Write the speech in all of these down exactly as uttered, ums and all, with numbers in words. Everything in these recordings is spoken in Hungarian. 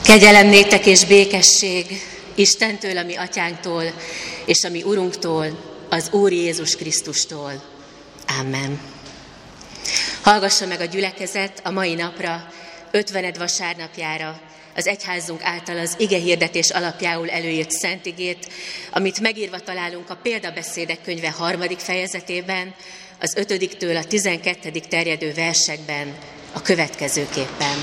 Kegyelem néktek és békesség Istentől, a mi atyánktól, és a mi Urunktól, az Úr Jézus Krisztustól. Amen. Hallgassa meg a gyülekezet a mai napra, ötvened vasárnapjára, az egyházunk által az igehirdetés alapjául előírt szent igét, amit megírva találunk a Példabeszédek könyve harmadik fejezetében, az ötödiktől a tizenkettedik terjedő versekben a következőképpen.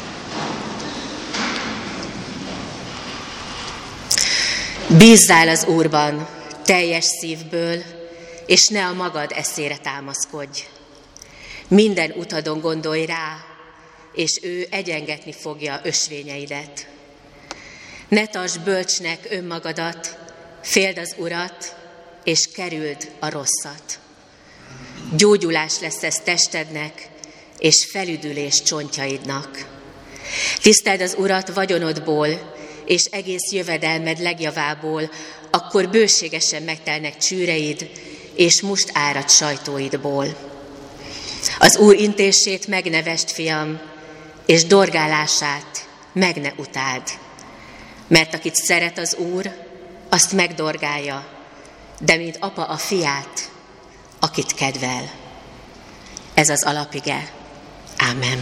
Bízzál az Úrban teljes szívből, és ne a magad eszére támaszkodj. Minden utadon gondolj rá, és ő egyengetni fogja ösvényeidet. Ne tartsd bölcsnek önmagadat, féld az Urat, és kerüld a rosszat. Gyógyulás lesz ez testednek, és felüdülés csontjaidnak. Tiszteld az Urat vagyonodból, és egész jövedelmed legjavából, akkor bőségesen megtelnek csűreid, és must árad sajtóidból. Az Úr intését megnevest, fiam, és dorgálását meg ne utáld. Mert akit szeret az Úr, azt megdorgálja, de mint apa a fiát, akit kedvel. Ez az alapige. Ámen.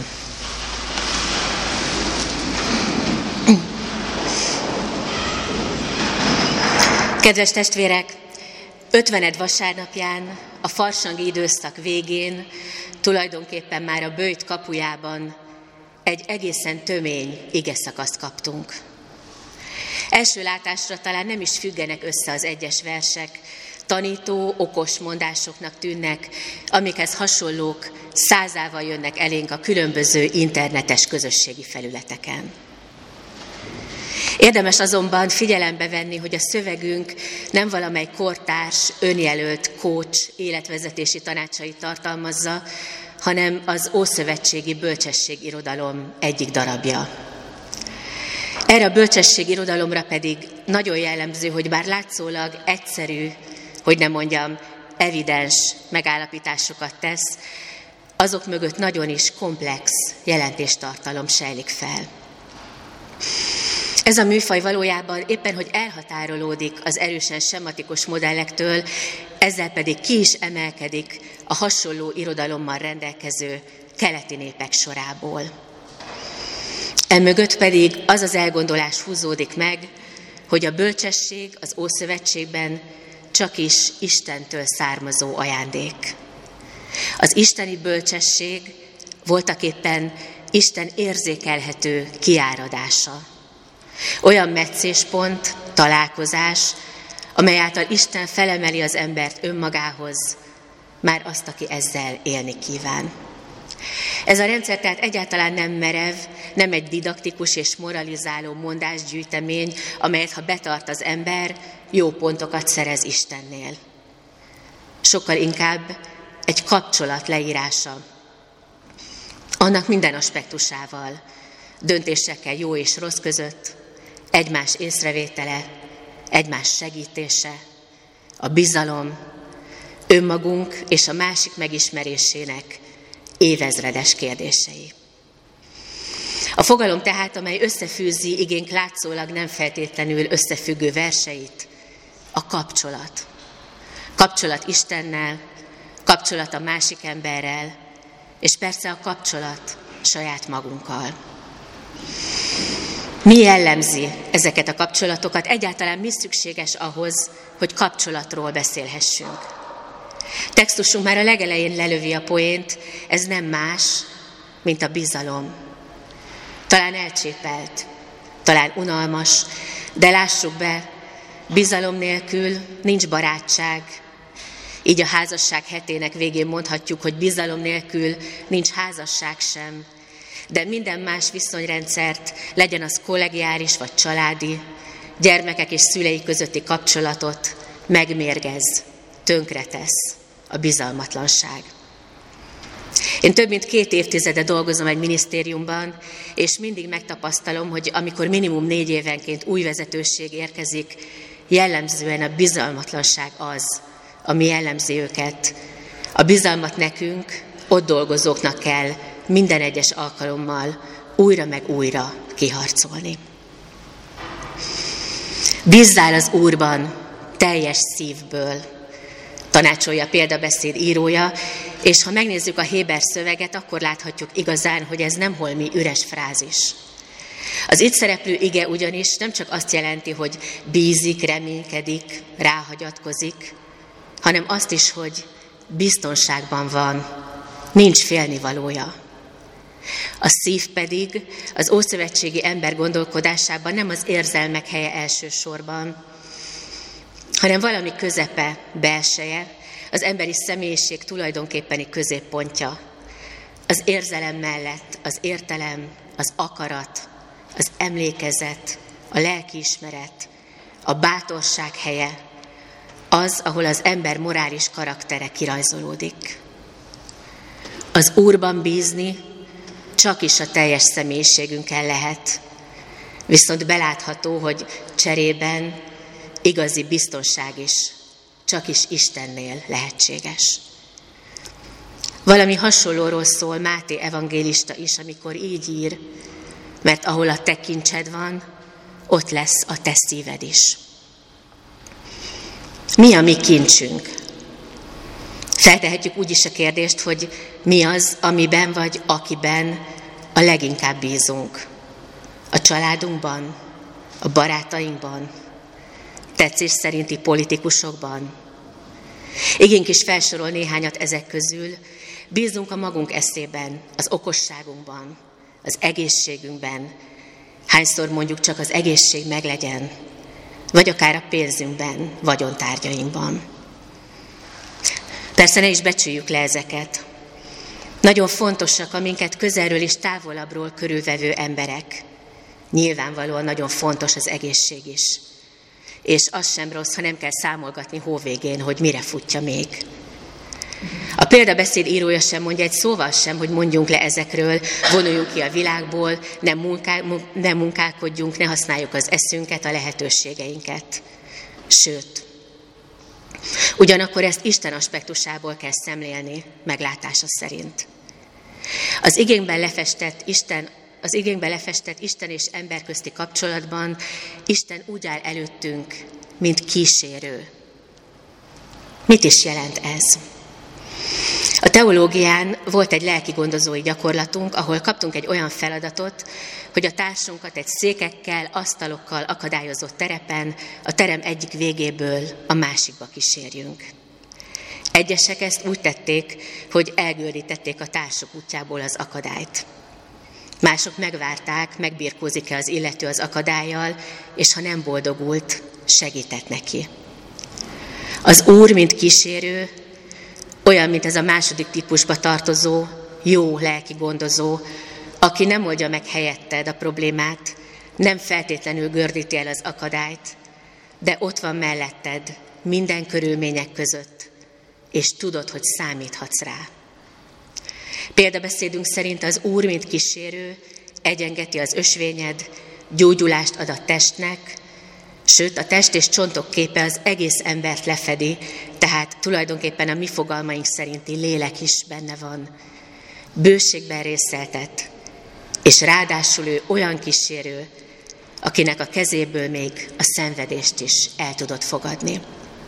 Kedves testvérek, ötvened vasárnapján, a farsangi időszak végén, tulajdonképpen már a böjt kapujában egy egészen tömény igeszakaszt kaptunk. Első látásra talán nem is függenek össze az egyes versek, tanító, okos mondásoknak tűnnek, amikhez hasonlók százával jönnek elénk a különböző internetes közösségi felületeken. Érdemes azonban figyelembe venni, hogy a szövegünk nem valamely kortárs, önjelölt coach életvezetési tanácsait tartalmazza, hanem az ószövetségi bölcsesség-irodalom egyik darabja. Erre a bölcsesség-irodalomra pedig nagyon jellemző, hogy bár látszólag egyszerű, hogy nem mondjam, evidens megállapításokat tesz, azok mögött nagyon is komplex jelentéstartalom sejlik fel. Ez a műfaj valójában éppen, hogy elhatárolódik az erősen sematikus modellektől, ezzel pedig ki is emelkedik a hasonló irodalommal rendelkező keleti népek sorából. Emögött pedig az az elgondolás húzódik meg, hogy a bölcsesség az Ószövetségben csak is Istentől származó ajándék. Az isteni bölcsesség voltaképpen Isten érzékelhető kiáradása. Olyan meccéspont, találkozás, amely által Isten felemeli az embert önmagához, már azt, aki ezzel élni kíván. Ez a rendszer tehát egyáltalán nem merev, nem egy didaktikus és moralizáló mondásgyűjtemény, amelyet ha betart az ember, jó pontokat szerez Istennél. Sokkal inkább egy kapcsolat leírása, annak minden aspektusával, döntésekkel jó és rossz között, egymás észrevétele, egymás segítése, a bizalom, önmagunk és a másik megismerésének évezredes kérdései. A fogalom tehát, amely összefűzi igénk látszólag nem feltétlenül összefüggő verseit, a kapcsolat. Kapcsolat Istennel, kapcsolat a másik emberrel, és persze a kapcsolat saját magunkkal. Mi jellemzi ezeket a kapcsolatokat? Egyáltalán mi szükséges ahhoz, hogy kapcsolatról beszélhessünk? Textusunk már a legelején lelövi a poént, ez nem más, mint a bizalom. Talán elcsépelt, talán unalmas, de lássuk be, bizalom nélkül nincs barátság. Így a házasság hetének végén mondhatjuk, hogy bizalom nélkül nincs házasság sem. De minden más viszonyrendszert, legyen az kollegiális vagy családi, gyermekek és szülei közötti kapcsolatot megmérgez, tönkretesz a bizalmatlanság. Én több mint két évtizede dolgozom egy minisztériumban, és mindig megtapasztalom, hogy amikor minimum négy évenként új vezetőség érkezik, jellemzően a bizalmatlanság az, ami jellemzi őket. A bizalmat nekünk, ott dolgozóknak kell minden egyes alkalommal újra meg újra kiharcolni. Bízzál az Úrban teljes szívből, tanácsolja a példabeszéd írója, és ha megnézzük a héber szöveget, akkor láthatjuk igazán, hogy ez nem holmi üres frázis. Az itt szereplő ige ugyanis nem csak azt jelenti, hogy bízik, reménykedik, ráhagyatkozik, hanem azt is, hogy biztonságban van, nincs félnivalója. A szív pedig az ószövetségi ember gondolkodásában nem az érzelmek helye elsősorban, hanem valami közepe, belseje, az emberi személyiség tulajdonképpeni középpontja. Az érzelem mellett az értelem, az akarat, az emlékezet, a lelkiismeret, a bátorság helye, az, ahol az ember morális karaktere kirajzolódik. Az Úrban bízni csak is a teljes személyiségünkkel lehet, viszont belátható, hogy cserében igazi biztonság is csak is Istennél lehetséges. Valami hasonlóról szól Máté evangélista is, amikor így ír, mert ahol a te kincsed van, ott lesz a te szíved is. Mi a mi kincsünk? Feltehetjük úgy is a kérdést, hogy mi az, amiben vagy akiben a leginkább bízunk. A családunkban, a barátainkban, tetszés szerinti politikusokban. Igénk is felsorol néhányat ezek közül. Bízunk a magunk eszében, az okosságunkban, az egészségünkben. Hányszor mondjuk csak az egészség meglegyen, vagy akár a pénzünkben, vagyontárgyainkban. Persze ne is becsüljük le ezeket. Nagyon fontosak a minket közelről és távolabbról körülvevő emberek. Nyilvánvalóan nagyon fontos az egészség is. És az sem rossz, ha nem kell számolgatni hóvégén, hogy mire futja még. A példabeszéd írója sem mondja egy szóval sem, hogy mondjunk le ezekről, vonuljunk ki a világból, ne, munká, ne munkálkodjunk, ne használjuk az eszünket, a lehetőségeinket. Sőt, ugyanakkor ezt Isten aspektusából kell szemlélni, meglátása szerint. Az igénkben lefestett Isten, az igénkben lefestett Isten és ember közti kapcsolatban Isten úgy áll előttünk, mint kísérő. Mit is jelent ez? A teológián volt egy lelki gondozói gyakorlatunk, ahol kaptunk egy olyan feladatot, hogy a társunkat egy székekkel, asztalokkal akadályozott terepen a terem egyik végéből a másikba kísérjünk. Egyesek ezt úgy tették, hogy elgördítették a társuk útjából az akadályt. Mások megvárták, megbirkózik-e az illető az akadállyal, és ha nem boldogult, segített neki. Az Úr, mint kísérő, olyan, mint ez a második típusba tartozó, jó lelki gondozó, aki nem oldja meg helyetted a problémát, nem feltétlenül gördíti el az akadályt, de ott van melletted minden körülmények között, és tudod, hogy számíthatsz rá. Példabeszédünk szerint az Úr, mint kísérő, egyengeti az ösvényed, gyógyulást ad a testnek, sőt, a test és csontok képe az egész embert lefedi, tehát tulajdonképpen a mi fogalmaink szerinti lélek is benne van. Bőségben részeltet, és ráadásul ő olyan kísérő, akinek a kezéből még a szenvedést is el tudod fogadni.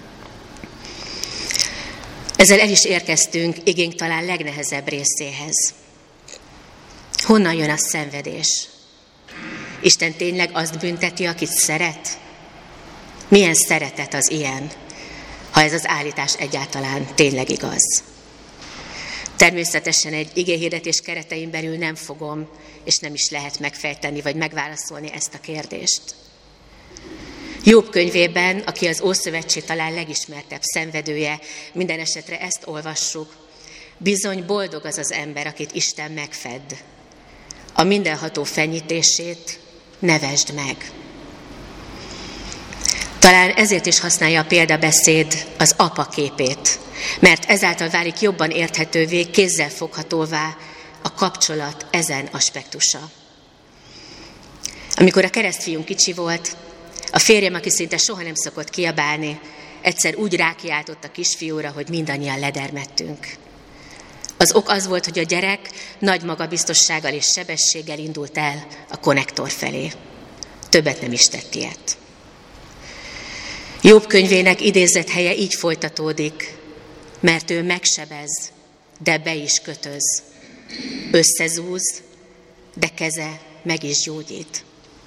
Ezzel el is érkeztünk igénk talán legnehezebb részéhez. Honnan jön a szenvedés? Isten tényleg azt bünteti, akit szeret? Milyen szeretet az ilyen, ha ez az állítás egyáltalán tényleg igaz? Természetesen egy igéhirdetés keretein belül nem fogom, és nem is lehet megfejteni, vagy megválaszolni ezt a kérdést. Jobb könyvében, aki az Ószövetség talán legismertebb szenvedője, minden esetre ezt olvassuk, bizony boldog az az ember, akit Isten megfed. A mindenható fenyítését nevesd meg. Talán ezért is használja a példabeszéd az apa képét, mert ezáltal válik jobban érthetővé, kézzelfoghatóvá a kapcsolat ezen aspektusa. Amikor a keresztfiunk kicsi volt, a férjem, aki szinte soha nem szokott kiabálni, egyszer úgy rákiáltott a kisfiúra, hogy mindannyian ledermedtünk. Az ok az volt, hogy a gyerek nagy magabiztossággal és sebességgel indult el a konnektor felé. Többet nem is tett ilyet. Jobb könyvének idézett helye így folytatódik, mert ő megsebez, de be is kötöz. Összezúz, de keze meg is gyógyít.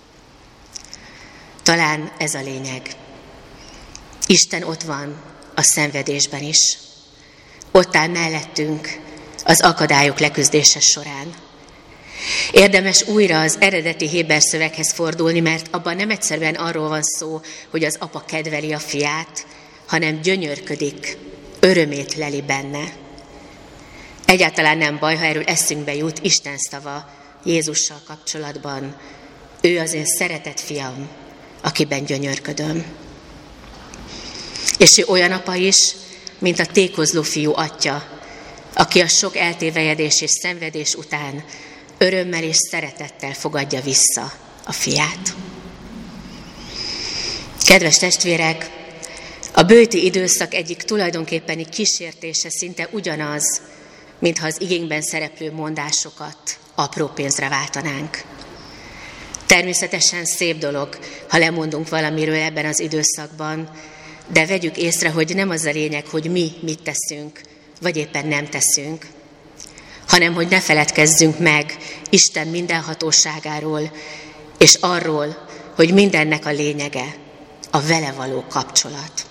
Talán ez a lényeg. Isten ott van a szenvedésben is. Ott áll mellettünk az akadályok leküzdése során. Érdemes újra az eredeti héber szöveghez fordulni, mert abban nem egyszerűen arról van szó, hogy az apa kedveli a fiát, hanem gyönyörködik, örömét leli benne. Egyáltalán nem baj, ha erről eszünkbe jut Isten szava Jézussal kapcsolatban. Ő az én szeretett fiam, akiben gyönyörködöm. És ő olyan apa is, mint a tékozló fiú atya, aki a sok eltévejedés és szenvedés után örömmel és szeretettel fogadja vissza a fiát. Kedves testvérek, a böjti időszak egyik tulajdonképpeni kísértése szinte ugyanaz, mintha az igénkben szereplő mondásokat apró pénzre váltanánk. Természetesen szép dolog, ha lemondunk valamiről ebben az időszakban, de vegyük észre, hogy nem az a lényeg, hogy mi mit teszünk, vagy éppen nem teszünk, hanem hogy ne feledkezzünk meg Isten mindenhatóságáról, és arról, hogy mindennek a lényege a vele való kapcsolat.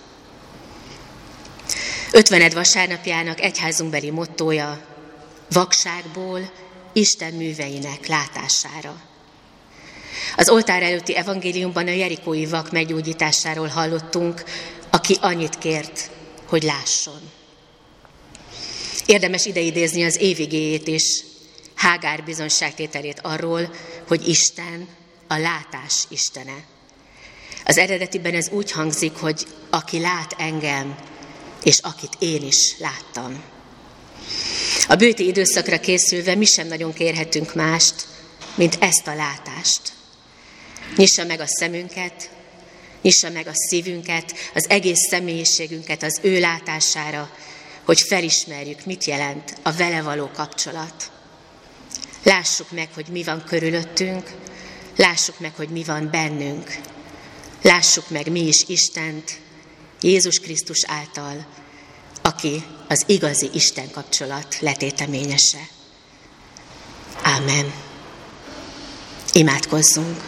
Ötvened vasárnapjának egyházunkbeli mottója: vakságból Isten műveinek látására. Az oltár előtti evangéliumban a jerikói vak meggyógyításáról hallottunk, aki annyit kért, hogy lásson. Érdemes ideidézni az évigéjét is, Hágár bizonyságtételét arról, hogy Isten a látás istene. Az eredetiben ez úgy hangzik, hogy aki lát engem, és akit én is láttam. A böjti időszakra készülve mi sem nagyon kérhetünk mást, mint ezt a látást. Nyissa meg a szemünket, nyissa meg a szívünket, az egész személyiségünket az ő látására, hogy felismerjük, mit jelent a vele való kapcsolat. Lássuk meg, hogy mi van körülöttünk, lássuk meg, hogy mi van bennünk. Lássuk meg mi is Istent, Jézus Krisztus által, aki az igazi Isten kapcsolat letéteményese. Ámen. Imádkozzunk.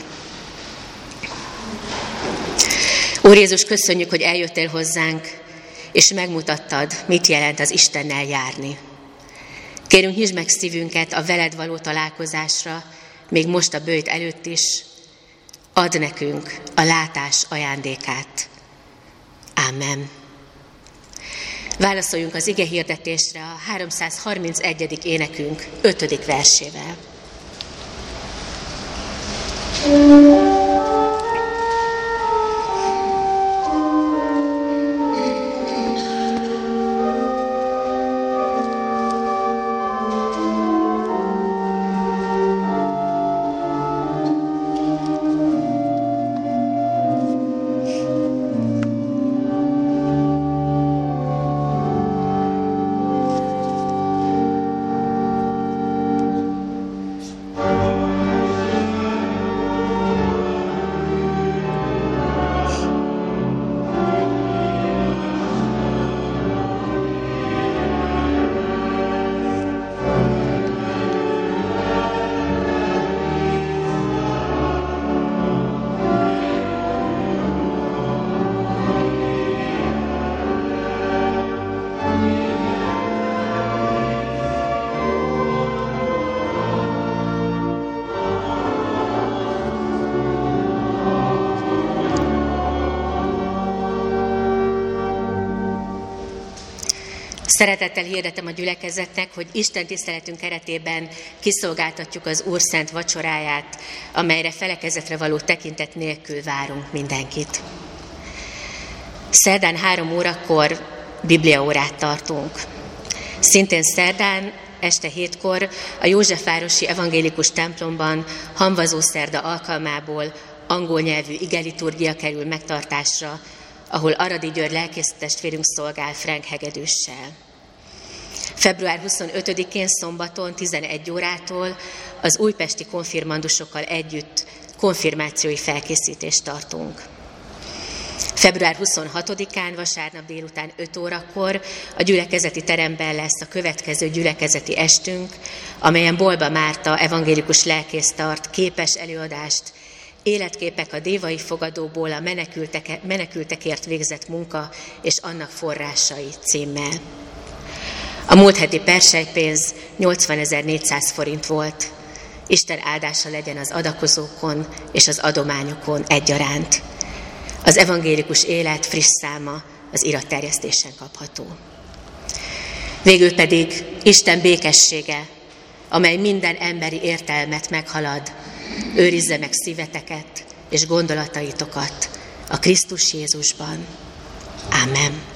Úr Jézus, köszönjük, hogy eljöttél hozzánk, és megmutattad, mit jelent az Istennel járni. Kérünk, nyisd meg szívünket a veled való találkozásra, még most a böjt előtt is. Add nekünk a látás ajándékát. Ámen. Válaszoljunk az ige hirdetésre a háromszázharmincegyedik énekünk ötödik versével. Szeretettel hirdetem a gyülekezetnek, hogy Isten tiszteletünk keretében kiszolgáltatjuk az Úr szent vacsoráját, amelyre felekezetre való tekintet nélkül várunk mindenkit. Szerdán három órakor bibliaórát tartunk. Szintén szerdán este hétkor a Józsefvárosi evangélikus templomban hamvazó szerda alkalmából angol nyelvű igeliturgia kerül megtartásra, ahol Aradi György lelkész testvérünk szolgál Frank hegedűssel. február huszonötödikén szombaton tizenegy órától az újpesti konfirmandusokkal együtt konfirmációi felkészítést tartunk. február huszonhatodikán vasárnap délután öt órakor a gyülekezeti teremben lesz a következő gyülekezeti estünk, amelyen Bolba Márta evangélikus lelkész tart képes előadást, Életképek a dévai fogadóból, a menekültek, menekültekért végzett munka és annak forrásai címmel. A múlt heti perselypénz nyolcvanezer-négyszáz forint volt. Isten áldása legyen az adakozókon és az adományokon egyaránt. Az evangélikus élet friss száma az iratterjesztésen kapható. Végül pedig Isten békessége, amely minden emberi értelmet meghalad, őrizze meg szíveteket és gondolataitokat a Krisztus Jézusban. Ámen.